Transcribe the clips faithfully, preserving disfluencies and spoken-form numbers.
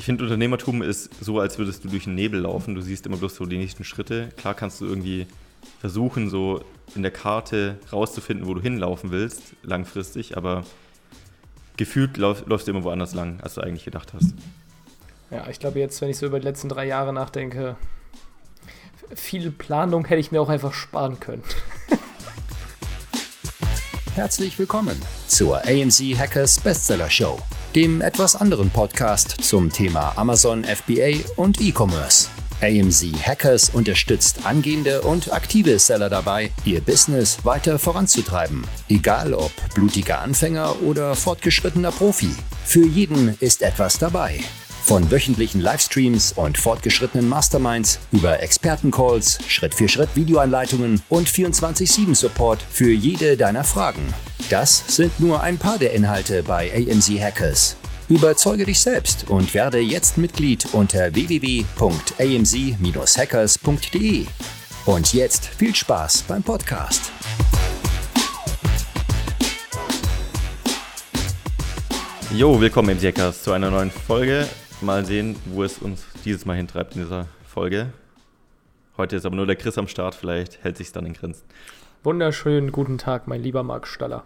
Ich finde, Unternehmertum ist so, als würdest du durch den Nebel laufen. Du siehst immer bloß so die nächsten Schritte. Klar kannst du irgendwie versuchen, so in der Karte rauszufinden, wo du hinlaufen willst, langfristig, aber gefühlt lauf, läufst du immer woanders lang, als du eigentlich gedacht hast. Ja, ich glaube jetzt, wenn ich so über die letzten drei Jahre nachdenke, viel Planung hätte ich mir auch einfach sparen können. Herzlich willkommen zur A M Z Hackers Bestseller Show, dem etwas anderen Podcast zum Thema Amazon F B A und E-Commerce. A M Z Hackers unterstützt angehende und aktive Seller dabei, ihr Business weiter voranzutreiben. Egal ob blutiger Anfänger oder fortgeschrittener Profi. Für jeden ist etwas dabei. Von wöchentlichen Livestreams und fortgeschrittenen Masterminds über Expertencalls, Schritt-für-Schritt-Videoanleitungen und vierundzwanzig sieben Support für jede deiner Fragen. Das sind nur ein paar der Inhalte bei A M Z Hackers. Überzeuge dich selbst und werde jetzt Mitglied unter w w w punkt a m z dash hackers punkt d e. Und jetzt viel Spaß beim Podcast. Jo, willkommen A M Z Hackers zu einer neuen Folge. Mal sehen, wo es uns dieses Mal hintreibt in dieser Folge. Heute ist aber nur der Chris am Start, vielleicht hält sich's dann in Grenzen. Wunderschönen guten Tag, mein lieber Marc Staller.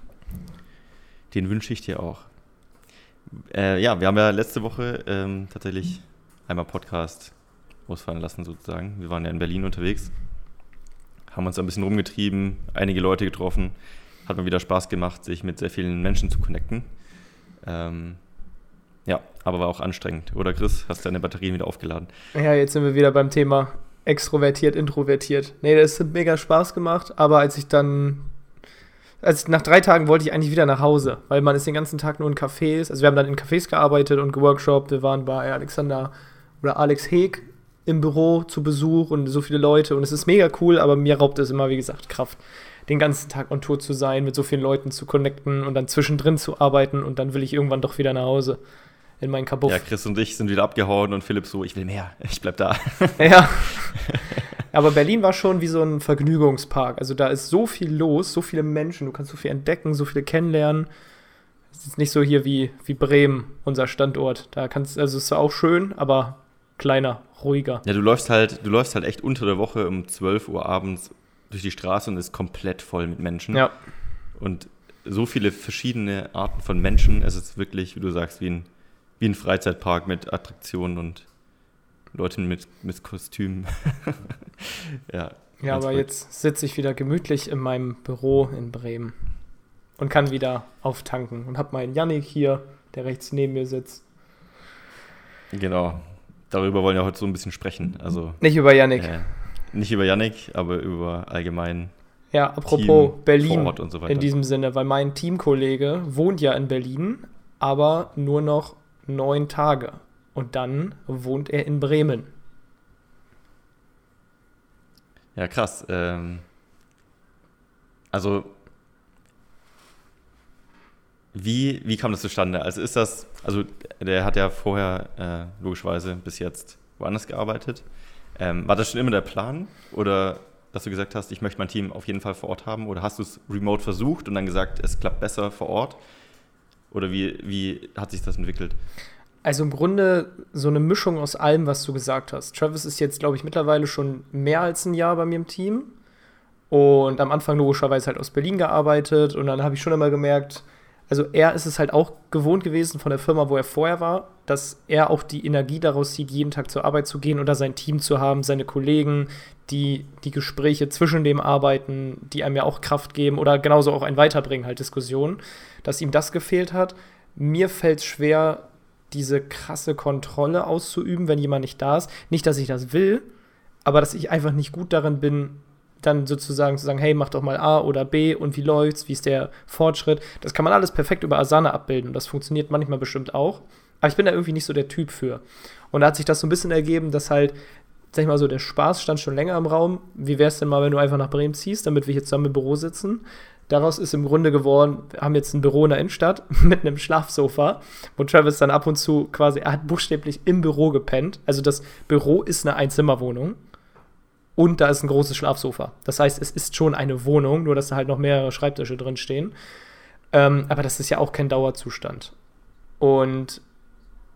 Den wünsche ich dir auch. Äh, ja, wir haben ja letzte Woche ähm, tatsächlich einmal Podcast ausfallen lassen sozusagen. Wir waren ja in Berlin unterwegs, haben uns ein bisschen rumgetrieben, einige Leute getroffen. Hat mal wieder Spaß gemacht, sich mit sehr vielen Menschen zu connecten. Ähm, ja, aber war auch anstrengend. Oder Chris, hast du deine Batterien wieder aufgeladen? Ja, jetzt sind wir wieder beim Thema extrovertiert, introvertiert. Nee, das hat mega Spaß gemacht, aber als ich dann, als nach drei Tagen wollte ich eigentlich wieder nach Hause, weil man ist den ganzen Tag nur in Cafés, also wir haben dann in Cafés gearbeitet und geworkshopt, wir waren bei Alexander oder Alex Heek im Büro zu Besuch und so viele Leute und es ist mega cool, aber mir raubt es immer, wie gesagt, Kraft, den ganzen Tag on Tour zu sein, mit so vielen Leuten zu connecten und dann zwischendrin zu arbeiten und dann will ich irgendwann doch wieder nach Hause in meinen Kabuff. Ja, Chris und ich sind wieder abgehauen und Philipp so, ich will mehr, ich bleib da. Ja, aber Berlin war schon wie so ein Vergnügungspark. Also da ist so viel los, so viele Menschen, du kannst so viel entdecken, so viele kennenlernen. Es ist nicht so hier wie, wie Bremen, unser Standort. Da kannst, also es ist auch schön, aber kleiner, ruhiger. Ja, du läufst halt, du läufst halt echt unter der Woche um zwölf Uhr abends durch die Straße und ist komplett voll mit Menschen. Ja. Und so viele verschiedene Arten von Menschen. Es ist wirklich, wie du sagst, wie ein, wie ein Freizeitpark mit Attraktionen und Leuten mit, mit Kostümen. ja, ja, aber verrückt. Jetzt sitze ich wieder gemütlich in meinem Büro in Bremen und kann wieder auftanken und habe meinen Yannick hier, der rechts neben mir sitzt. Genau, darüber wollen wir heute so ein bisschen sprechen. Also, nicht über Yannick. Äh, nicht über Yannick, aber über allgemein. Ja, apropos Team, Berlin Vor Ort und so weiter. In diesem Sinne, weil mein Teamkollege wohnt ja in Berlin, aber nur noch neun Tage. Und dann wohnt er in Bremen. Ja, krass. Ähm, also, wie, wie kam das zustande? Also ist das, also der hat ja vorher äh, logischerweise bis jetzt woanders gearbeitet. Ähm, war das schon immer der Plan? Oder dass du gesagt hast, ich möchte mein Team auf jeden Fall vor Ort haben? Oder hast du es remote versucht und dann gesagt, es klappt besser vor Ort? Oder wie, wie hat sich das entwickelt? Also im Grunde so eine Mischung aus allem, was du gesagt hast. Travis ist jetzt, glaube ich, mittlerweile schon mehr als ein Jahr bei mir im Team. Und am Anfang logischerweise halt aus Berlin gearbeitet. Und dann habe ich schon immer gemerkt, also er ist es halt auch gewohnt gewesen von der Firma, wo er vorher war, dass er auch die Energie daraus zieht, jeden Tag zur Arbeit zu gehen oder sein Team zu haben, seine Kollegen, die die Gespräche zwischen dem arbeiten, die einem ja auch Kraft geben oder genauso auch ein Weiterbringen, halt Diskussionen, dass ihm das gefehlt hat. Mir fällt es schwer, diese krasse Kontrolle auszuüben, wenn jemand nicht da ist. Nicht, dass ich das will, aber dass ich einfach nicht gut darin bin, dann sozusagen zu sagen, hey, mach doch mal A oder B und wie läuft's, wie ist der Fortschritt. Das kann man alles perfekt über Asana abbilden und das funktioniert manchmal bestimmt auch, aber ich bin da irgendwie nicht so der Typ für. Und da hat sich das so ein bisschen ergeben, dass halt, sag ich mal so, der Spaß stand schon länger im Raum. Wie wär's denn mal, wenn du einfach nach Bremen ziehst, damit wir hier zusammen im Büro sitzen? Daraus ist im Grunde geworden, wir haben jetzt ein Büro in der Innenstadt mit einem Schlafsofa, wo Travis dann ab und zu quasi, er hat buchstäblich im Büro gepennt. Also das Büro ist eine Einzimmerwohnung und da ist ein großes Schlafsofa. Das heißt, es ist schon eine Wohnung, nur dass da halt noch mehrere Schreibtische drin stehen. Ähm, aber das ist ja auch kein Dauerzustand. Und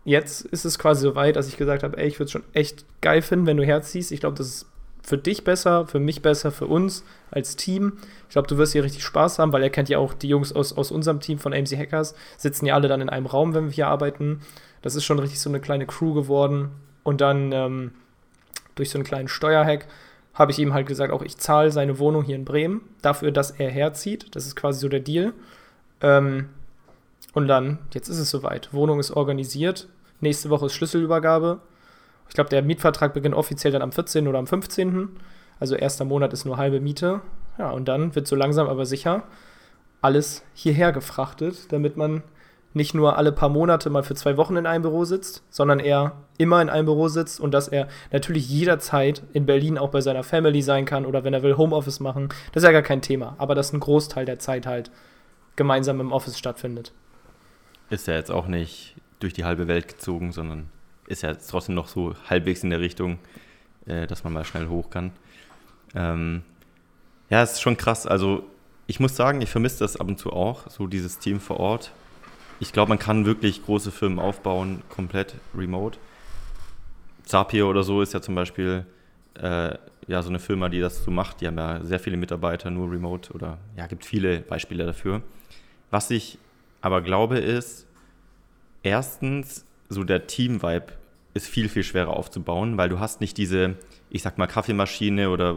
jetzt ist es quasi so weit, dass ich gesagt habe, ey, ich würde es schon echt geil finden, wenn du herziehst. Ich glaube, das ist für dich besser, für mich besser, für uns als Team. Ich glaube, du wirst hier richtig Spaß haben, weil er kennt ja auch die Jungs aus, aus unserem Team von A M C Hackers, sitzen ja alle dann in einem Raum, wenn wir hier arbeiten. Das ist schon richtig so eine kleine Crew geworden. Und dann ähm, durch so einen kleinen Steuerhack habe ich ihm halt gesagt, auch ich zahle seine Wohnung hier in Bremen dafür, dass er herzieht. Das ist quasi so der Deal. Ähm, und dann, jetzt ist es soweit. Wohnung ist organisiert. Nächste Woche ist Schlüsselübergabe. Ich glaube, der Mietvertrag beginnt offiziell dann am vierzehnten oder am fünfzehnten Also erster Monat ist nur halbe Miete. Ja, und dann wird so langsam aber sicher alles hierher gefrachtet, damit man nicht nur alle paar Monate mal für zwei Wochen in einem Büro sitzt, sondern er immer in einem Büro sitzt und dass er natürlich jederzeit in Berlin auch bei seiner Family sein kann oder wenn er will Homeoffice machen. Das ist ja gar kein Thema, aber dass ein Großteil der Zeit halt gemeinsam im Office stattfindet. Ist ja jetzt auch nicht durch die halbe Welt gezogen, sondern ist ja jetzt trotzdem noch so halbwegs in der Richtung, äh, dass man mal schnell hoch kann. Ähm, ja, es ist schon krass. Also ich muss sagen, ich vermisse das ab und zu auch, so dieses Team vor Ort. Ich glaube, man kann wirklich große Firmen aufbauen, komplett remote. Zapier oder so ist ja zum Beispiel äh, ja, so eine Firma, die das so macht. Die haben ja sehr viele Mitarbeiter, nur remote oder ja, gibt viele Beispiele dafür. Was ich aber glaube ist, erstens, so der Team-Vibe ist viel, viel schwerer aufzubauen, weil du hast nicht diese, ich sag mal, Kaffeemaschine oder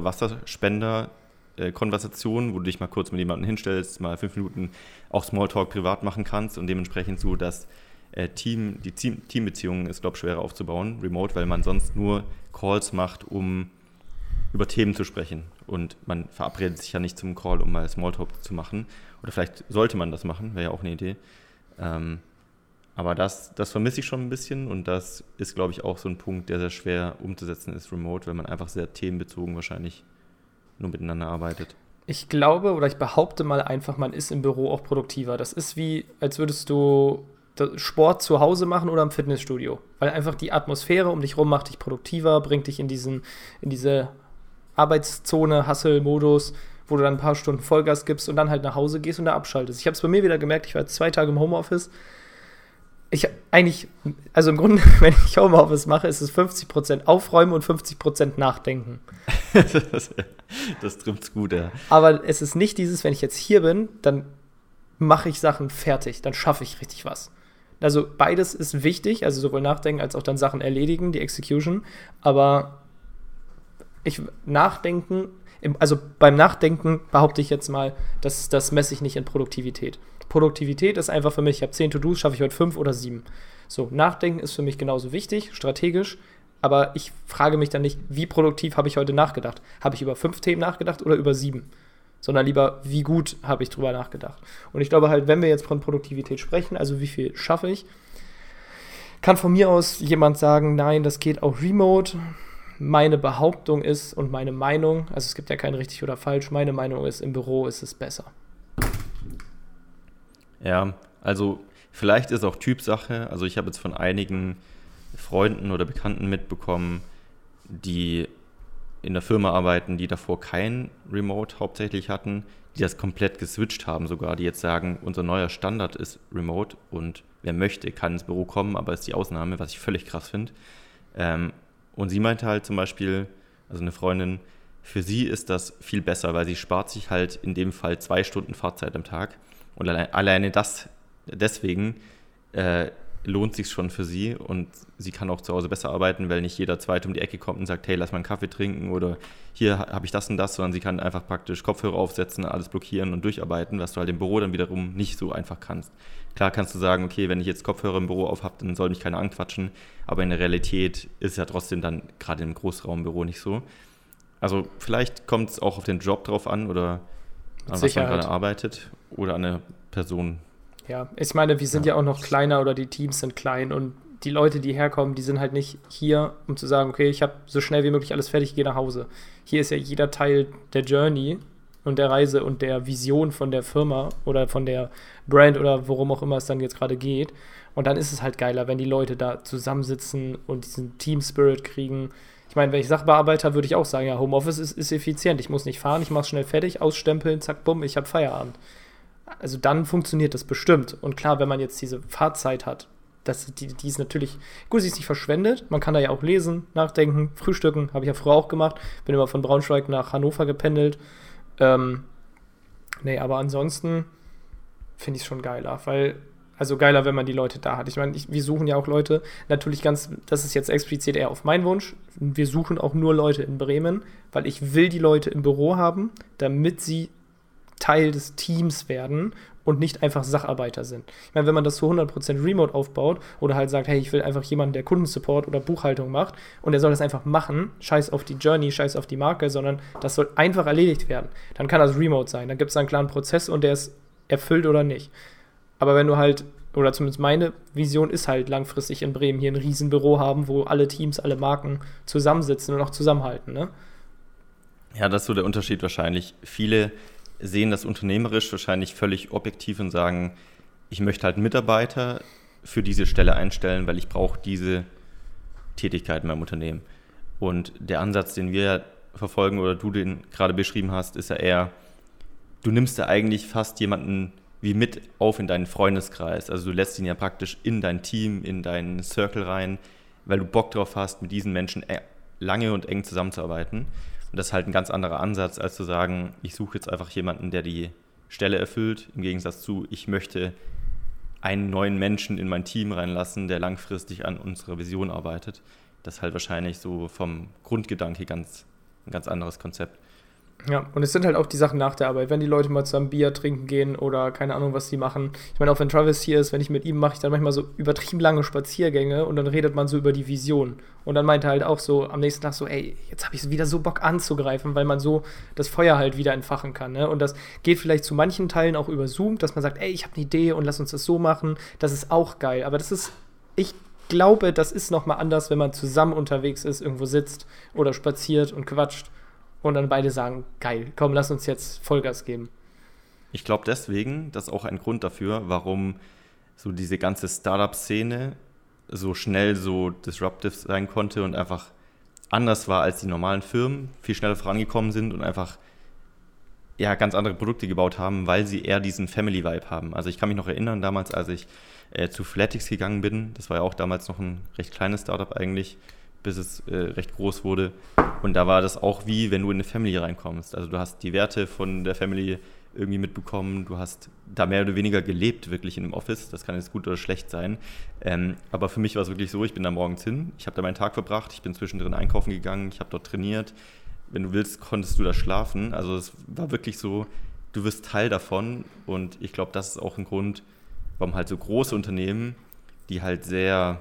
Wasserspender-Konversation, wo du dich mal kurz mit jemandem hinstellst, mal fünf Minuten auch Smalltalk privat machen kannst und dementsprechend so, dass äh, Team, die Team, Teambeziehung ist, glaube ich, schwerer aufzubauen, remote, weil man sonst nur Calls macht, um über Themen zu sprechen und man verabredet sich ja nicht zum Call, um mal Smalltalk zu machen oder vielleicht sollte man das machen, wäre ja auch eine Idee. Ähm, Aber das, das vermisse ich schon ein bisschen und das ist, glaube ich, auch so ein Punkt, der sehr schwer umzusetzen ist, remote, weil man einfach sehr themenbezogen wahrscheinlich nur miteinander arbeitet. Ich glaube oder ich behaupte mal einfach, man ist im Büro auch produktiver. Das ist wie, als würdest du Sport zu Hause machen oder im Fitnessstudio. Weil einfach die Atmosphäre um dich rum macht dich produktiver, bringt dich in diesen, in diese Arbeitszone, Hustle-Modus, wo du dann ein paar Stunden Vollgas gibst und dann halt nach Hause gehst und da abschaltest. Ich habe es bei mir wieder gemerkt, ich war jetzt zwei Tage im Homeoffice. Ich eigentlich, also im Grunde, wenn ich Homeoffice mache, ist es fünfzig Prozent aufräumen und fünfzig Prozent nachdenken. das das trifft's gut, ja. Aber es ist nicht dieses, wenn ich jetzt hier bin, dann mache ich Sachen fertig, dann schaffe ich richtig was. Also beides ist wichtig, also sowohl nachdenken als auch dann Sachen erledigen, die Execution. Aber ich nachdenken, also beim Nachdenken behaupte ich jetzt mal, dass das messe ich nicht in Produktivität. Produktivität ist einfach für mich, ich habe zehn To-Dos, schaffe ich heute fünf oder sieben. So, Nachdenken ist für mich genauso wichtig, strategisch, aber ich frage mich dann nicht, wie produktiv habe ich heute nachgedacht? Habe ich über fünf Themen nachgedacht oder über sieben? Sondern lieber, wie gut habe ich drüber nachgedacht? Und ich glaube halt, wenn wir jetzt von Produktivität sprechen, also wie viel schaffe ich, kann von mir aus jemand sagen, nein, das geht auch remote. Meine Behauptung ist und meine Meinung, also es gibt ja kein richtig oder falsch, meine Meinung ist, im Büro ist es besser. Ja, also vielleicht ist auch Typsache. Also ich habe jetzt von einigen Freunden oder Bekannten mitbekommen, die in der Firma arbeiten, die davor kein Remote hauptsächlich hatten, die das komplett geswitcht haben sogar, die jetzt sagen, unser neuer Standard ist Remote und wer möchte, kann ins Büro kommen, aber ist die Ausnahme, was ich völlig krass finde. Ähm, und sie meinte halt zum Beispiel, also eine Freundin, für sie ist das viel besser, weil sie spart sich halt in dem Fall zwei Stunden Fahrzeit am Tag. Und alleine, alleine das, deswegen äh, lohnt sich schon für sie und sie kann auch zu Hause besser arbeiten, weil nicht jeder Zweite um die Ecke kommt und sagt, hey, lass mal einen Kaffee trinken oder hier habe ich das und das, sondern sie kann einfach praktisch Kopfhörer aufsetzen, alles blockieren und durcharbeiten, was du halt im Büro dann wiederum nicht so einfach kannst. Klar kannst du sagen, okay, wenn ich jetzt Kopfhörer im Büro auf habe, dann soll mich keiner anquatschen, aber in der Realität ist es ja trotzdem dann gerade im Großraumbüro nicht so. Also vielleicht kommt es auch auf den Job drauf an oder an was man gerade arbeitet oder an eine Person. Ja, ich meine, wir sind ja. ja auch noch kleiner oder die Teams sind klein und die Leute, die herkommen, die sind halt nicht hier, um zu sagen, okay, ich habe so schnell wie möglich alles fertig, ich gehe nach Hause. Hier ist ja jeder Teil der Journey und der Reise und der Vision von der Firma oder von der Brand oder worum auch immer es dann jetzt gerade geht. Und dann ist es halt geiler, wenn die Leute da zusammensitzen und diesen Team-Spirit kriegen. Ich meine, wenn ich Sachbearbeiter, würde ich auch sagen, ja, Homeoffice ist, ist effizient. Ich muss nicht fahren, ich mache es schnell fertig, ausstempeln, zack, bumm, ich habe Feierabend. Also dann funktioniert das bestimmt. Und klar, wenn man jetzt diese Fahrzeit hat, das, die, die ist natürlich, gut, sie ist nicht verschwendet, man kann da ja auch lesen, nachdenken, frühstücken, habe ich ja früher auch gemacht, bin immer von Braunschweig nach Hannover gependelt. Ähm, nee, aber ansonsten finde ich es schon geiler, weil, also geiler, wenn man die Leute da hat. Ich meine, ich, wir suchen ja auch Leute, natürlich ganz, das ist jetzt explizit eher auf meinen Wunsch, wir suchen auch nur Leute in Bremen, weil ich will die Leute im Büro haben, damit sie Teil des Teams werden und nicht einfach Sacharbeiter sind. Ich meine, wenn man das zu hundert Prozent remote aufbaut oder halt sagt, hey, ich will einfach jemanden, der Kundensupport oder Buchhaltung macht und der soll das einfach machen, scheiß auf die Journey, scheiß auf die Marke, sondern das soll einfach erledigt werden. Dann kann das remote sein. Dann gibt es einen klaren Prozess und der ist erfüllt oder nicht. Aber wenn du halt, oder zumindest meine Vision ist halt langfristig in Bremen hier ein Riesenbüro haben, wo alle Teams, alle Marken zusammensitzen und auch zusammenhalten, ne? Ja, das ist so der Unterschied wahrscheinlich. Viele sehen das unternehmerisch wahrscheinlich völlig objektiv und sagen, ich möchte halt Mitarbeiter für diese Stelle einstellen, weil ich brauche diese Tätigkeit in meinem Unternehmen. Und der Ansatz, den wir verfolgen oder du den gerade beschrieben hast, ist ja eher, du nimmst ja eigentlich fast jemanden wie mit auf in deinen Freundeskreis. Also du lässt ihn ja praktisch in dein Team, in deinen Circle rein, weil du Bock drauf hast, mit diesen Menschen lange und eng zusammenzuarbeiten. Und das ist halt ein ganz anderer Ansatz, als zu sagen, ich suche jetzt einfach jemanden, der die Stelle erfüllt, im Gegensatz zu, ich möchte einen neuen Menschen in mein Team reinlassen, der langfristig an unserer Vision arbeitet. Das ist halt wahrscheinlich so vom Grundgedanke ganz, ein ganz anderes Konzept. Ja, und es sind halt auch die Sachen nach der Arbeit, wenn die Leute mal zusammen Bier trinken gehen oder keine Ahnung, was die machen. Ich meine, auch wenn Travis hier ist, wenn ich mit ihm mache, ich dann manchmal so übertrieben lange Spaziergänge und dann redet man so über die Vision. Und dann meinte er halt auch so am nächsten Tag so, ey, jetzt habe ich wieder so Bock anzugreifen, weil man so das Feuer halt wieder entfachen kann, ne? Und das geht vielleicht zu manchen Teilen auch über Zoom, dass man sagt, ey, ich habe eine Idee und lass uns das so machen. Das ist auch geil, aber das ist, ich glaube, das ist nochmal anders, wenn man zusammen unterwegs ist, irgendwo sitzt oder spaziert und quatscht. Und dann beide sagen, geil, komm, lass uns jetzt Vollgas geben. Ich glaube deswegen, das ist auch ein Grund dafür, warum so diese ganze Startup-Szene so schnell so disruptive sein konnte und einfach anders war als die normalen Firmen, viel schneller vorangekommen sind und einfach ja, ganz andere Produkte gebaut haben, weil sie eher diesen Family-Vibe haben. Also ich kann mich noch erinnern, damals, als ich äh, zu Flatix gegangen bin, das war ja auch damals noch ein recht kleines Startup eigentlich, bis es äh, recht groß wurde. Und da war das auch wie, wenn du in eine Family reinkommst. Also du hast die Werte von der Family irgendwie mitbekommen, du hast da mehr oder weniger gelebt, wirklich in einem Office. Das kann jetzt gut oder schlecht sein. Ähm, aber für mich war es wirklich so, ich bin da morgens hin, ich habe da meinen Tag verbracht, ich bin zwischendrin einkaufen gegangen, ich habe dort trainiert. Wenn du willst, konntest du da schlafen. Also es war wirklich so, du wirst Teil davon. Und ich glaube, das ist auch ein Grund, warum halt so große Unternehmen, die halt sehr...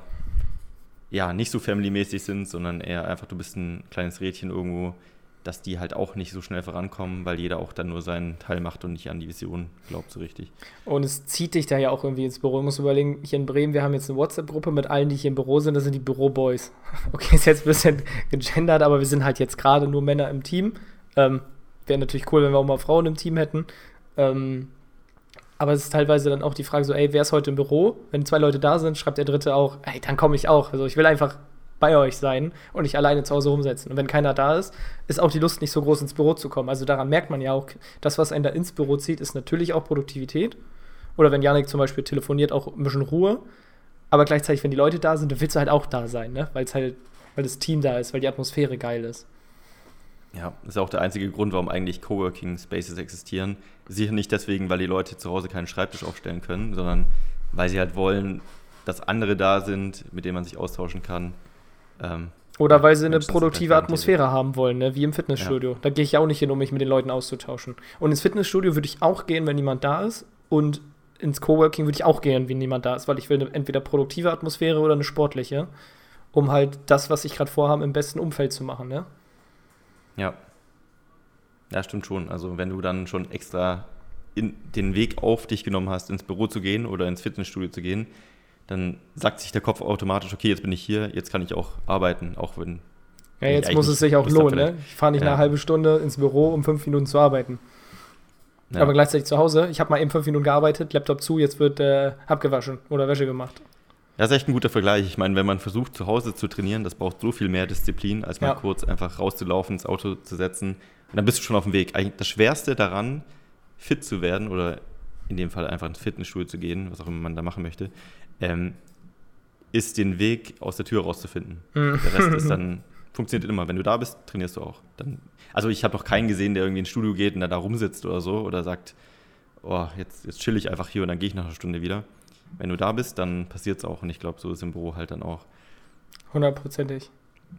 ja, nicht so family-mäßig sind, sondern eher einfach, du bist ein kleines Rädchen irgendwo, dass die halt auch nicht so schnell vorankommen, weil jeder auch dann nur seinen Teil macht und nicht an die Vision glaubt so richtig. Und es zieht dich da ja auch irgendwie ins Büro. Du musst überlegen, hier in Bremen, wir haben jetzt eine WhatsApp-Gruppe mit allen, die hier im Büro sind, das sind die Büroboys. Okay, ist jetzt ein bisschen gegendert, aber wir sind halt jetzt gerade nur Männer im Team. Ähm, wäre natürlich cool, wenn wir auch mal Frauen im Team hätten. Ähm, Aber es ist teilweise dann auch die Frage so, ey, wer ist heute im Büro? Wenn zwei Leute da sind, schreibt der Dritte auch, ey, dann komme ich auch. Also ich will einfach bei euch sein und nicht alleine zu Hause rumsetzen. Und wenn keiner da ist, ist auch die Lust nicht so groß, ins Büro zu kommen. Also daran merkt man ja auch, das, was einen da ins Büro zieht, ist natürlich auch Produktivität. Oder wenn Yannick zum Beispiel telefoniert, auch ein bisschen Ruhe. Aber gleichzeitig, wenn die Leute da sind, dann willst du halt auch da sein, ne? Weil es halt, weil das Team da ist, weil die Atmosphäre geil ist. Ja, das ist auch der einzige Grund, warum eigentlich Coworking Spaces existieren. Sicher nicht deswegen, weil die Leute zu Hause keinen Schreibtisch aufstellen können, sondern weil sie halt wollen, dass andere da sind, mit denen man sich austauschen kann. Ähm, Oder weil sie eine produktive Atmosphäre haben wollen, ne? Wie im Fitnessstudio. Ja. Da gehe ich ja auch nicht hin, um mich mit den Leuten auszutauschen. Und ins Fitnessstudio würde ich auch gehen, wenn niemand da ist. Und ins Coworking würde ich auch gehen, wenn niemand da ist, weil ich will eine entweder produktive Atmosphäre oder eine sportliche, um halt das, was ich gerade vorhabe, im besten Umfeld zu machen, ne? Ja. Ja, stimmt schon. Also wenn du dann schon extra in den Weg auf dich genommen hast, ins Büro zu gehen oder ins Fitnessstudio zu gehen, dann sagt sich der Kopf automatisch, okay, jetzt bin ich hier, jetzt kann ich auch arbeiten, auch wenn... Ja, jetzt muss es sich auch lohnen, ne? Ich fahre nicht ja. eine halbe Stunde ins Büro, um fünf Minuten zu arbeiten. Ja. Aber gleichzeitig zu Hause, ich habe mal eben fünf Minuten gearbeitet, Laptop zu, jetzt wird äh, abgewaschen oder Wäsche gemacht. Das ist echt ein guter Vergleich. Ich meine, wenn man versucht, zu Hause zu trainieren, das braucht so viel mehr Disziplin, als mal ja. kurz einfach rauszulaufen, ins Auto zu setzen. Und dann bist du schon auf dem Weg. Eigentlich das Schwerste daran, fit zu werden oder in dem Fall einfach ins Fitnessstudio zu gehen, was auch immer man da machen möchte, ähm, ist, den Weg aus der Tür rauszufinden. Der Rest ist dann, funktioniert immer. Wenn du da bist, trainierst du auch. Dann, also ich habe noch keinen gesehen, der irgendwie ins Studio geht und dann da rumsitzt oder so oder sagt, oh, jetzt, jetzt chill ich einfach hier und dann gehe ich nach einer Stunde wieder. Wenn du da bist, dann passiert es auch und ich glaube, so ist im Büro halt dann auch. Hundertprozentig.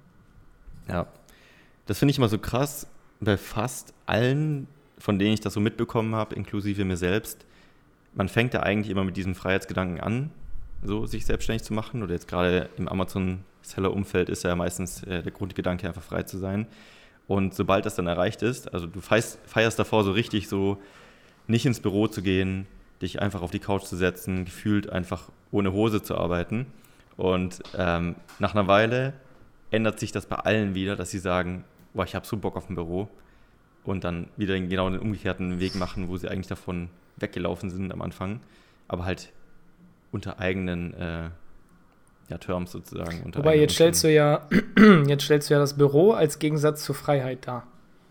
Ja, das finde ich immer so krass, bei fast allen, von denen ich das so mitbekommen habe, inklusive mir selbst, man fängt ja eigentlich immer mit diesem Freiheitsgedanken an, so sich selbstständig zu machen oder jetzt gerade im Amazon-Seller-Umfeld ist ja meistens äh, der Grundgedanke, einfach frei zu sein und sobald das dann erreicht ist, also du feierst, feierst davor so richtig so, nicht ins Büro zu gehen, dich einfach auf die Couch zu setzen, gefühlt einfach ohne Hose zu arbeiten. Und ähm, nach einer Weile ändert sich das bei allen wieder, dass sie sagen, boah, ich habe so Bock auf ein Büro. Und dann wieder genau den umgekehrten Weg machen, wo sie eigentlich davon weggelaufen sind am Anfang. Aber halt unter eigenen äh, ja, Terms sozusagen. Unter Wobei, jetzt stellst, du ja, jetzt stellst du ja das Büro als Gegensatz zur Freiheit dar.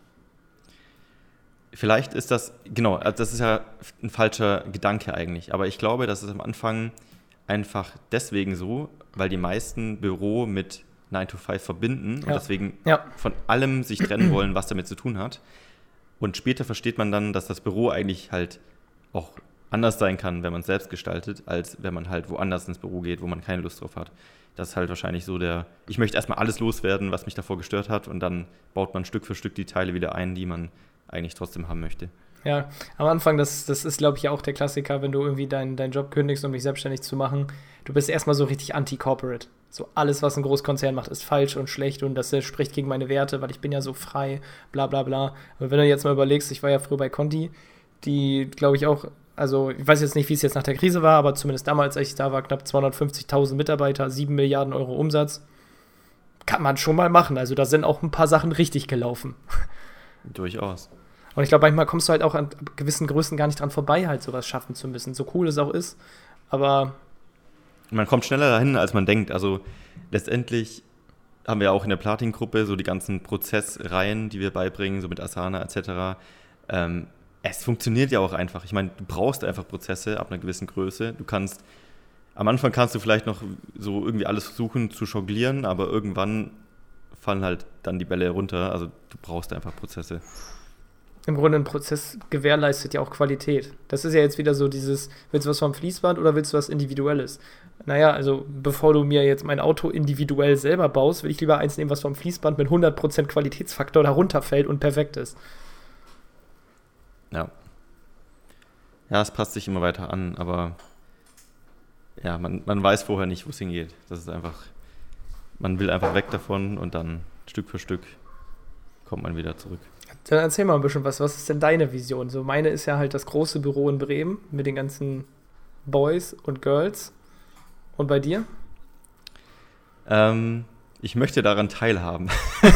Vielleicht ist das, genau, das ist ja ein falscher Gedanke eigentlich, aber ich glaube, das ist am Anfang einfach deswegen so, weil die meisten Büro mit nine to five verbinden und ja. deswegen ja. von allem sich trennen wollen, was damit zu tun hat. Und später versteht man dann, dass das Büro eigentlich halt auch anders sein kann, wenn man es selbst gestaltet, als wenn man halt woanders ins Büro geht, wo man keine Lust drauf hat. Das ist halt wahrscheinlich so der, ich möchte erstmal alles loswerden, was mich davor gestört hat und dann baut man Stück für Stück die Teile wieder ein, die man eigentlich trotzdem haben möchte. Ja, am Anfang, das, das ist, glaube ich, ja auch der Klassiker, wenn du irgendwie deinen dein Job kündigst, um dich selbstständig zu machen. Du bist erstmal so richtig anti-corporate. So alles, was ein Großkonzern macht, ist falsch und schlecht und das spricht gegen meine Werte, weil ich bin ja so frei, bla bla bla. Aber wenn du jetzt mal überlegst, ich war ja früher bei Conti, die, glaube ich, auch, also ich weiß jetzt nicht, wie es jetzt nach der Krise war, aber zumindest damals, als ich da war, knapp zweihundertfünfzigtausend Mitarbeiter, sieben Milliarden Euro Umsatz. Kann man schon mal machen. Also da sind auch ein paar Sachen richtig gelaufen. Durchaus. Und ich glaube, manchmal kommst du halt auch an gewissen Größen gar nicht dran vorbei, halt sowas schaffen zu müssen. So cool es auch ist, aber man kommt schneller dahin, als man denkt. Also letztendlich haben wir auch in der Platin-Gruppe so die ganzen Prozessreihen, die wir beibringen, so mit Asana et cetera. Ähm, es funktioniert ja auch einfach. Ich meine, du brauchst einfach Prozesse ab einer gewissen Größe. Du kannst, am Anfang kannst du vielleicht noch so irgendwie alles versuchen zu jonglieren, aber irgendwann fallen halt dann die Bälle runter. Also du brauchst einfach Prozesse. Im Grunde ein Prozess gewährleistet ja auch Qualität. Das ist ja jetzt wieder so dieses, willst du was vom Fließband oder willst du was Individuelles? Naja, also bevor du mir jetzt mein Auto individuell selber baust, will ich lieber eins nehmen, was vom Fließband mit hundert Prozent Qualitätsfaktor da runterfällt und perfekt ist. Ja. Ja, es passt sich immer weiter an, aber ja, man, man weiß vorher nicht, wo es hingeht. Das ist einfach, man will einfach weg davon und dann Stück für Stück kommt man wieder zurück. Dann erzähl mal ein bisschen was. Was ist denn deine Vision? So, meine ist ja halt das große Büro in Bremen mit den ganzen Boys und Girls. Und bei dir? Ähm, ich möchte daran teilhaben.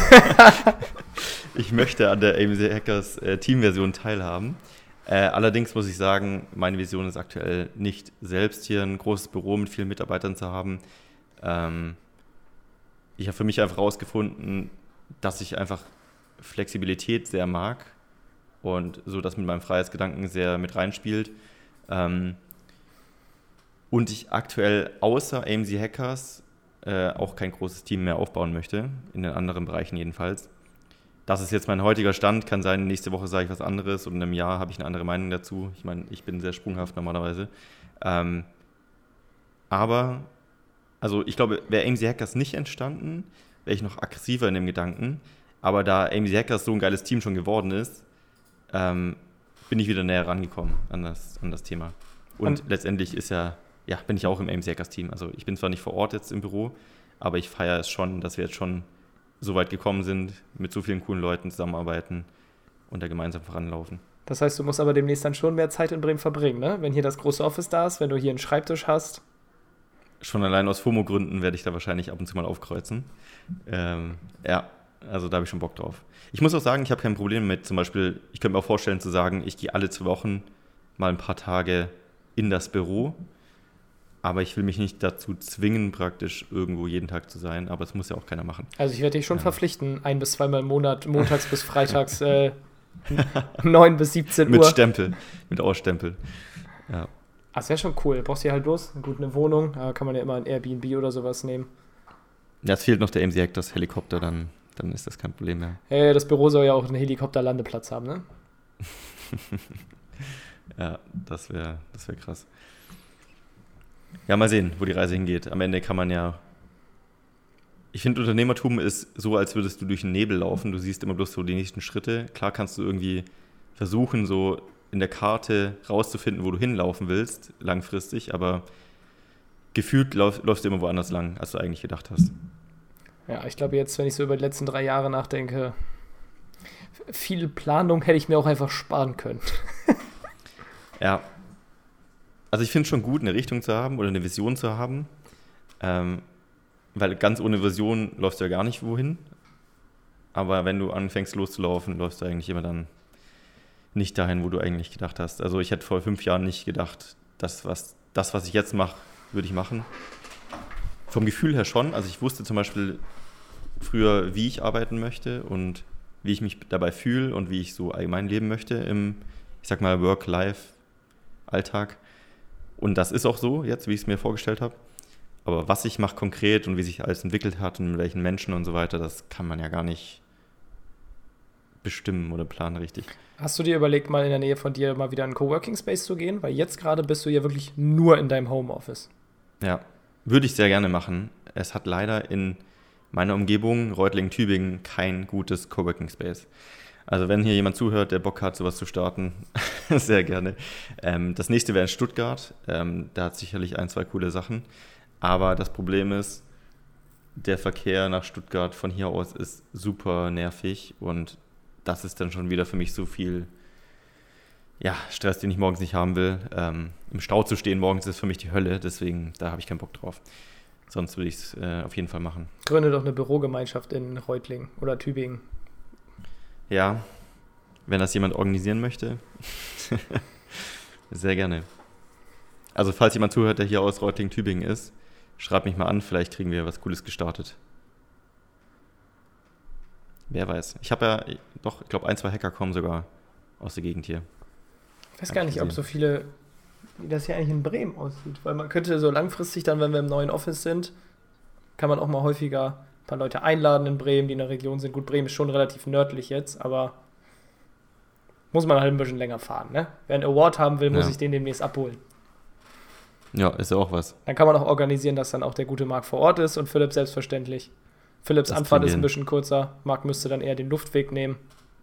Ich möchte an der A M C Hackers äh, Teamversion teilhaben. Äh, allerdings muss ich sagen, meine Vision ist aktuell nicht selbst hier ein großes Büro mit vielen Mitarbeitern zu haben. Ähm, ich habe für mich einfach herausgefunden, dass ich einfach Flexibilität sehr mag und so das mit meinem Freiheitsgedanken sehr mit reinspielt. Ähm, und ich aktuell außer A M C Hackers äh, auch kein großes Team mehr aufbauen möchte, in den anderen Bereichen jedenfalls. Das ist jetzt mein heutiger Stand, kann sein, nächste Woche sage ich was anderes und in einem Jahr habe ich eine andere Meinung dazu. Ich meine, ich bin sehr sprunghaft normalerweise. Ähm, aber, also ich glaube, wäre A M C Hackers nicht entstanden, wäre ich noch aggressiver in dem Gedanken. Aber da A M C Hackers so ein geiles Team schon geworden ist, ähm, bin ich wieder näher rangekommen an das, an das Thema. Und, Und letztendlich ist ja, ja, bin ich auch im A M C Hackers Team. Also ich bin zwar nicht vor Ort jetzt im Büro, aber ich feiere es schon, dass wir jetzt schon so weit gekommen sind, mit so vielen coolen Leuten zusammenarbeiten und da gemeinsam voranlaufen. Das heißt, du musst aber demnächst dann schon mehr Zeit in Bremen verbringen, ne? Wenn hier das große Office da ist, wenn du hier einen Schreibtisch hast. Schon allein aus FOMO-Gründen werde ich da wahrscheinlich ab und zu mal aufkreuzen. Ähm, ja, also da habe ich schon Bock drauf. Ich muss auch sagen, ich habe kein Problem mit, zum Beispiel, ich könnte mir auch vorstellen zu sagen, ich gehe alle zwei Wochen mal ein paar Tage in das Büro, aber ich will mich nicht dazu zwingen, praktisch irgendwo jeden Tag zu sein, aber es muss ja auch keiner machen. Also ich werde dich schon ja. verpflichten, ein- bis zweimal im Monat, montags bis freitags, äh, neun bis siebzehn Uhr. Mit Stempel, mit Ausstempel, ja. Ah, das wäre schon cool. Du brauchst hier halt bloß gut eine Wohnung. Da kann man ja immer ein Airbnb oder sowas nehmen. Ja, es fehlt noch der A M C Hectors Helikopter, dann, dann ist das kein Problem mehr. Hey, das Büro soll ja auch einen Helikopterlandeplatz haben, ne? Ja, das wäre das wär krass. Ja, mal sehen, wo die Reise hingeht. Am Ende kann man ja... Ich finde, Unternehmertum ist so, als würdest du durch den Nebel laufen. Du siehst immer bloß so die nächsten Schritte. Klar kannst du irgendwie versuchen, so in der Karte rauszufinden, wo du hinlaufen willst, langfristig, aber gefühlt lauf, läufst du immer woanders lang, als du eigentlich gedacht hast. Ja, ich glaube jetzt, wenn ich so über die letzten drei Jahre nachdenke, viel Planung hätte ich mir auch einfach sparen können. Ja, also ich finde es schon gut, eine Richtung zu haben oder eine Vision zu haben, ähm, weil ganz ohne Vision läufst du ja gar nicht wohin, aber wenn du anfängst loszulaufen, läufst du eigentlich immer dann nicht dahin, wo du eigentlich gedacht hast. Also ich hätte vor fünf Jahren nicht gedacht, dass was, das, was ich jetzt mache, würde ich machen. Vom Gefühl her schon. Also ich wusste zum Beispiel früher, wie ich arbeiten möchte und wie ich mich dabei fühle und wie ich so allgemein leben möchte im, ich sag mal, Work-Life-Alltag. Und das ist auch so jetzt, wie ich es mir vorgestellt habe. Aber was ich mache konkret und wie sich alles entwickelt hat und mit welchen Menschen und so weiter, das kann man ja gar nicht bestimmen oder planen richtig. Hast du dir überlegt, mal in der Nähe von dir mal wieder in einen Coworking Space zu gehen? Weil jetzt gerade bist du ja wirklich nur in deinem Homeoffice. Ja, würde ich sehr gerne machen. Es hat leider in meiner Umgebung, Reutlingen-Tübingen, kein gutes Coworking Space. Also wenn hier jemand zuhört, der Bock hat, sowas zu starten, sehr gerne. Ähm, das nächste wäre in Stuttgart. Ähm, da hat sicherlich ein, zwei coole Sachen. Aber das Problem ist, der Verkehr nach Stuttgart von hier aus ist super nervig und das ist dann schon wieder für mich so viel ja, Stress, den ich morgens nicht haben will. Ähm, Im Stau zu stehen morgens ist für mich die Hölle, deswegen da habe ich keinen Bock drauf. Sonst würde ich es äh, auf jeden Fall machen. Gründe doch eine Bürogemeinschaft in Reutlingen oder Tübingen. Ja, wenn das jemand organisieren möchte, sehr gerne. Also falls jemand zuhört, der hier aus Reutlingen-Tübingen ist, schreibt mich mal an, vielleicht kriegen wir was Cooles gestartet. Wer weiß. Ich habe ja, doch, ich glaube, ein, zwei Hacker kommen sogar aus der Gegend hier. Ich weiß gar nicht, ob so viele, wie das hier eigentlich in Bremen aussieht. Weil man könnte so langfristig dann, wenn wir im neuen Office sind, kann man auch mal häufiger ein paar Leute einladen in Bremen, die in der Region sind. Gut, Bremen ist schon relativ nördlich jetzt, aber muss man halt ein bisschen länger fahren, ne? Wer einen Award haben will, muss Ja. ich den demnächst abholen. Ja, ist ja auch was. Dann kann man auch organisieren, dass dann auch der gute Marc vor Ort ist und Philipp selbstverständlich. Philipps Das Anfahrt kriegen ist wir ein hin. bisschen kürzer. Marc müsste dann eher den Luftweg nehmen.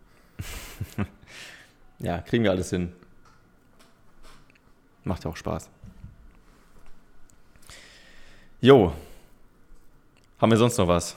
Ja, kriegen wir alles hin. Macht ja auch Spaß. Jo. Haben wir sonst noch was?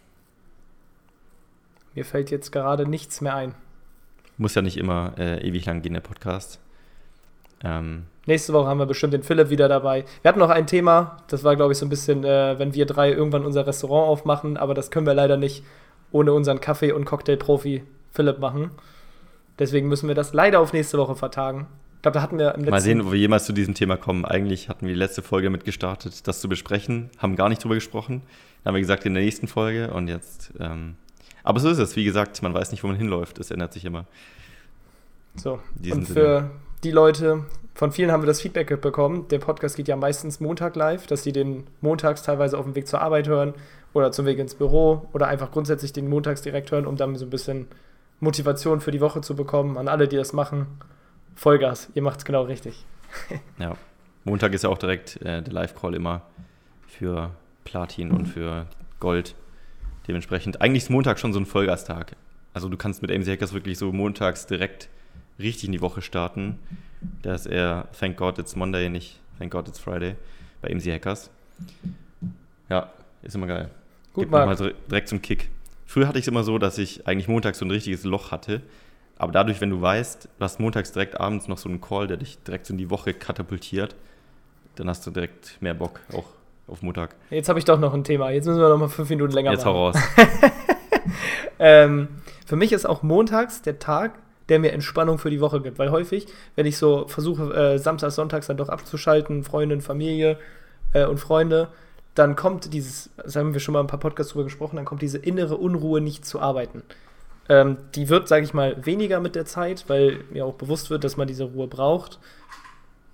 Mir fällt jetzt gerade nichts mehr ein. Muss ja nicht immer äh, ewig lang gehen, der Podcast. Ähm, Nächste Woche haben wir bestimmt den Philipp wieder dabei. Wir hatten noch ein Thema, das war, glaube ich, so ein bisschen, äh, wenn wir drei irgendwann unser Restaurant aufmachen, aber das können wir leider nicht ohne unseren Kaffee- und Cocktail-Profi Philipp machen. Deswegen müssen wir das leider auf nächste Woche vertagen. Ich glaube, da hatten wir im letzten... mal sehen, ob wir jemals zu diesem Thema kommen. Eigentlich hatten wir die letzte Folge damit gestartet, das zu besprechen, haben gar nicht drüber gesprochen. Dann haben wir gesagt, in der nächsten Folge und jetzt... Ähm, aber so ist es, wie gesagt, man weiß nicht, wo man hinläuft. Es ändert sich immer. So, In diesem und Sinne. für die Leute, von vielen haben wir das Feedback bekommen, der Podcast geht ja meistens Montag live, dass sie den montags teilweise auf dem Weg zur Arbeit hören oder zum Weg ins Büro oder einfach grundsätzlich den montags direkt hören, um dann so ein bisschen Motivation für die Woche zu bekommen. An alle, die das machen, Vollgas, ihr macht es genau richtig. Ja, Montag ist ja auch direkt äh, der Live-Call immer für Platin und für Gold. Dementsprechend, eigentlich ist Montag schon so ein Vollgastag. Also du kannst mit A M C Hackers wirklich so montags direkt richtig in die Woche starten. Da ist eher Thank God It's Monday, nicht Thank God It's Friday bei A M C Hackers. Ja, ist immer geil. Gut, Gibt nochmal Marc. so direkt zum Kick. Früher hatte ich es immer so, dass ich eigentlich montags so ein richtiges Loch hatte. Aber dadurch, wenn du weißt, du hast montags direkt abends noch so einen Call, der dich direkt so in die Woche katapultiert, dann hast du direkt mehr Bock, auch auf Montag. Jetzt habe ich doch noch ein Thema. Jetzt müssen wir noch mal fünf Minuten länger Jetzt machen. hau raus. Ähm, für mich ist auch montags der Tag, der mir Entspannung für die Woche gibt. Weil häufig, wenn ich so versuche, äh, samstags, sonntags dann doch abzuschalten, Freundin, Familie äh, und Freunde, dann kommt dieses, das haben wir schon mal ein paar Podcasts drüber gesprochen, dann kommt diese innere Unruhe, nicht zu arbeiten. Ähm, die wird, sage ich mal, weniger mit der Zeit, weil mir auch bewusst wird, dass man diese Ruhe braucht.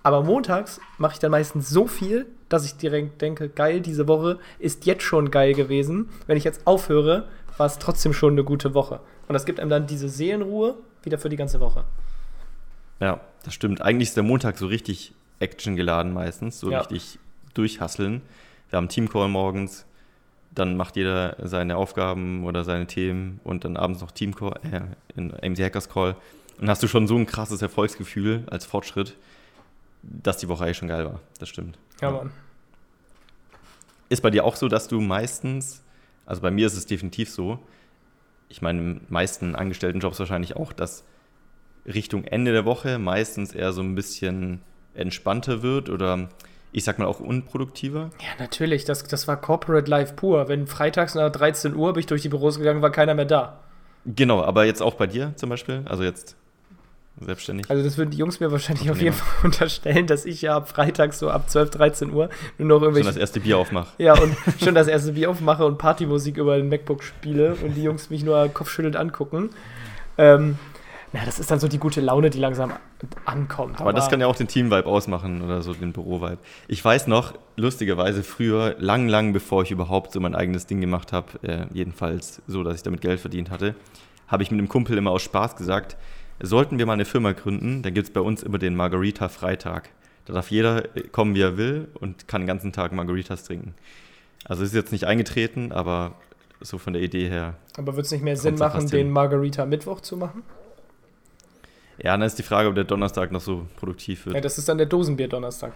Aber montags mache ich dann meistens so viel, dass ich direkt denke, geil, diese Woche ist jetzt schon geil gewesen. Wenn ich jetzt aufhöre, war es trotzdem schon eine gute Woche. Und das gibt einem dann diese Seelenruhe wieder für die ganze Woche. Ja, das stimmt. Eigentlich ist der Montag so richtig actiongeladen meistens, so ja. richtig durchhasseln. Wir haben Teamcall morgens, dann macht jeder seine Aufgaben oder seine Themen und dann abends noch Teamcall, äh, in A M C Hackers Call. Und hast du schon so ein krasses Erfolgsgefühl als Fortschritt, dass die Woche eigentlich schon geil war. Das stimmt. Ja, Mann. Ist bei dir auch so, dass du meistens, also bei mir ist es definitiv so, ich meine, in den meisten Angestelltenjobs wahrscheinlich auch, dass Richtung Ende der Woche meistens eher so ein bisschen entspannter wird oder ich sag mal auch unproduktiver? Ja, natürlich. Das, das war Corporate Life pur. Wenn freitags nach dreizehn Uhr bin ich durch die Büros gegangen, war keiner mehr da. Genau, aber jetzt auch bei dir zum Beispiel? Also jetzt selbstständig? Also das würden die Jungs mir wahrscheinlich auf jeden Fall unterstellen, dass ich ja ab Freitag so ab zwölf, dreizehn Uhr nur noch irgendwelche... Schon das erste Bier aufmache. Ja, und schon das erste Bier aufmache und Partymusik über den MacBook spiele und die Jungs mich nur kopfschüttelnd angucken. Ähm, na, das ist dann so die gute Laune, die langsam ankommt. Aber, Aber das kann ja auch den Team-Vibe ausmachen oder so den Büro-Vibe. Ich weiß noch, lustigerweise früher, lang, lang bevor ich überhaupt so mein eigenes Ding gemacht habe, äh, jedenfalls so, dass ich damit Geld verdient hatte, habe ich mit einem Kumpel immer aus Spaß gesagt, sollten wir mal eine Firma gründen, dann gibt es bei uns immer den Margarita-Freitag. Da darf jeder kommen, wie er will und kann den ganzen Tag Margaritas trinken. Also ist jetzt nicht eingetreten, aber so von der Idee her. Aber würde es nicht mehr Sinn machen, den Margarita-Mittwoch zu machen? Ja, dann ist die Frage, ob der Donnerstag noch so produktiv wird. Ja, das ist dann der Dosenbier-Donnerstag.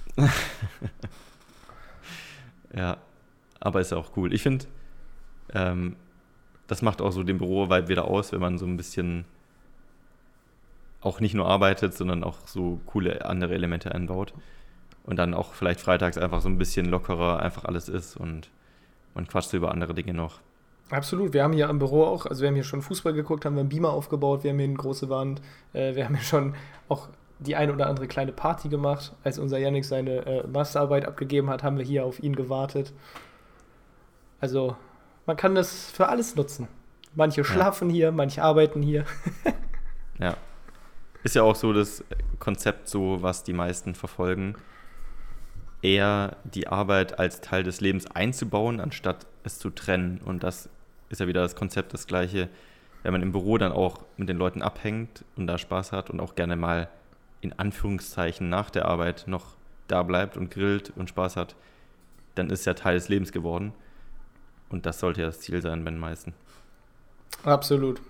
Ja, aber ist ja auch cool. Ich finde, ähm, das macht auch so den Büro-Vibe wieder aus, wenn man so ein bisschen auch nicht nur arbeitet, sondern auch so coole andere Elemente einbaut. Und dann auch vielleicht freitags einfach so ein bisschen lockerer einfach alles ist und man quatscht so über andere Dinge noch. Absolut, wir haben hier am Büro auch, also wir haben hier schon Fußball geguckt, haben wir einen Beamer aufgebaut, wir haben hier eine große Wand, äh, wir haben hier schon auch die ein oder andere kleine Party gemacht. Als unser Yannick seine äh, Masterarbeit abgegeben hat, haben wir hier auf ihn gewartet. Also man kann das für alles nutzen. Manche schlafen ja. hier, manche arbeiten hier. Ja, ist ja auch so das Konzept, so was die meisten verfolgen, eher die Arbeit als Teil des Lebens einzubauen, anstatt es zu trennen. Und das ist ja wieder das Konzept das Gleiche, wenn man im Büro dann auch mit den Leuten abhängt und da Spaß hat und auch gerne mal in Anführungszeichen nach der Arbeit noch da bleibt und grillt und Spaß hat, dann ist ja Teil des Lebens geworden. Und das sollte ja das Ziel sein bei den meisten. Absolut.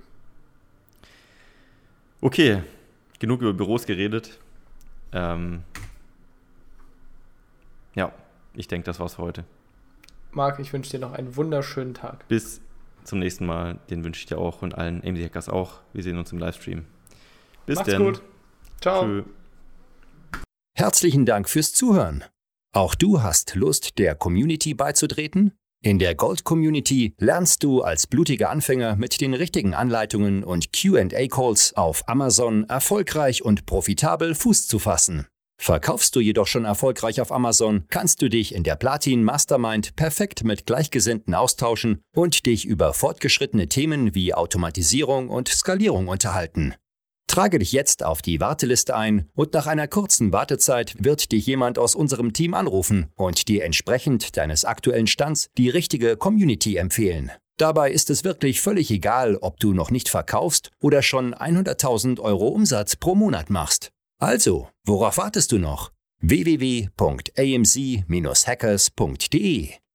Okay, genug über Büros geredet. Ähm, ja, ich denke, das war's für heute. Marc, ich wünsche dir noch einen wunderschönen Tag. Bis zum nächsten Mal. Den wünsche ich dir auch und allen A M C Hackers auch. Wir sehen uns im Livestream. Bis Macht's denn. gut. Ciao. Tschö. Herzlichen Dank fürs Zuhören. Auch du hast Lust, der Community beizutreten? In der Gold-Community lernst du als blutiger Anfänger mit den richtigen Anleitungen und Q and A-Calls auf Amazon erfolgreich und profitabel Fuß zu fassen. Verkaufst du jedoch schon erfolgreich auf Amazon, kannst du dich in der Platin Mastermind perfekt mit Gleichgesinnten austauschen und dich über fortgeschrittene Themen wie Automatisierung und Skalierung unterhalten. Trage dich jetzt auf die Warteliste ein und nach einer kurzen Wartezeit wird dich jemand aus unserem Team anrufen und dir entsprechend deines aktuellen Stands die richtige Community empfehlen. Dabei ist es wirklich völlig egal, ob du noch nicht verkaufst oder schon hunderttausend Euro Umsatz pro Monat machst. Also, worauf wartest du noch? w w w punkt a m c dash hackers punkt d e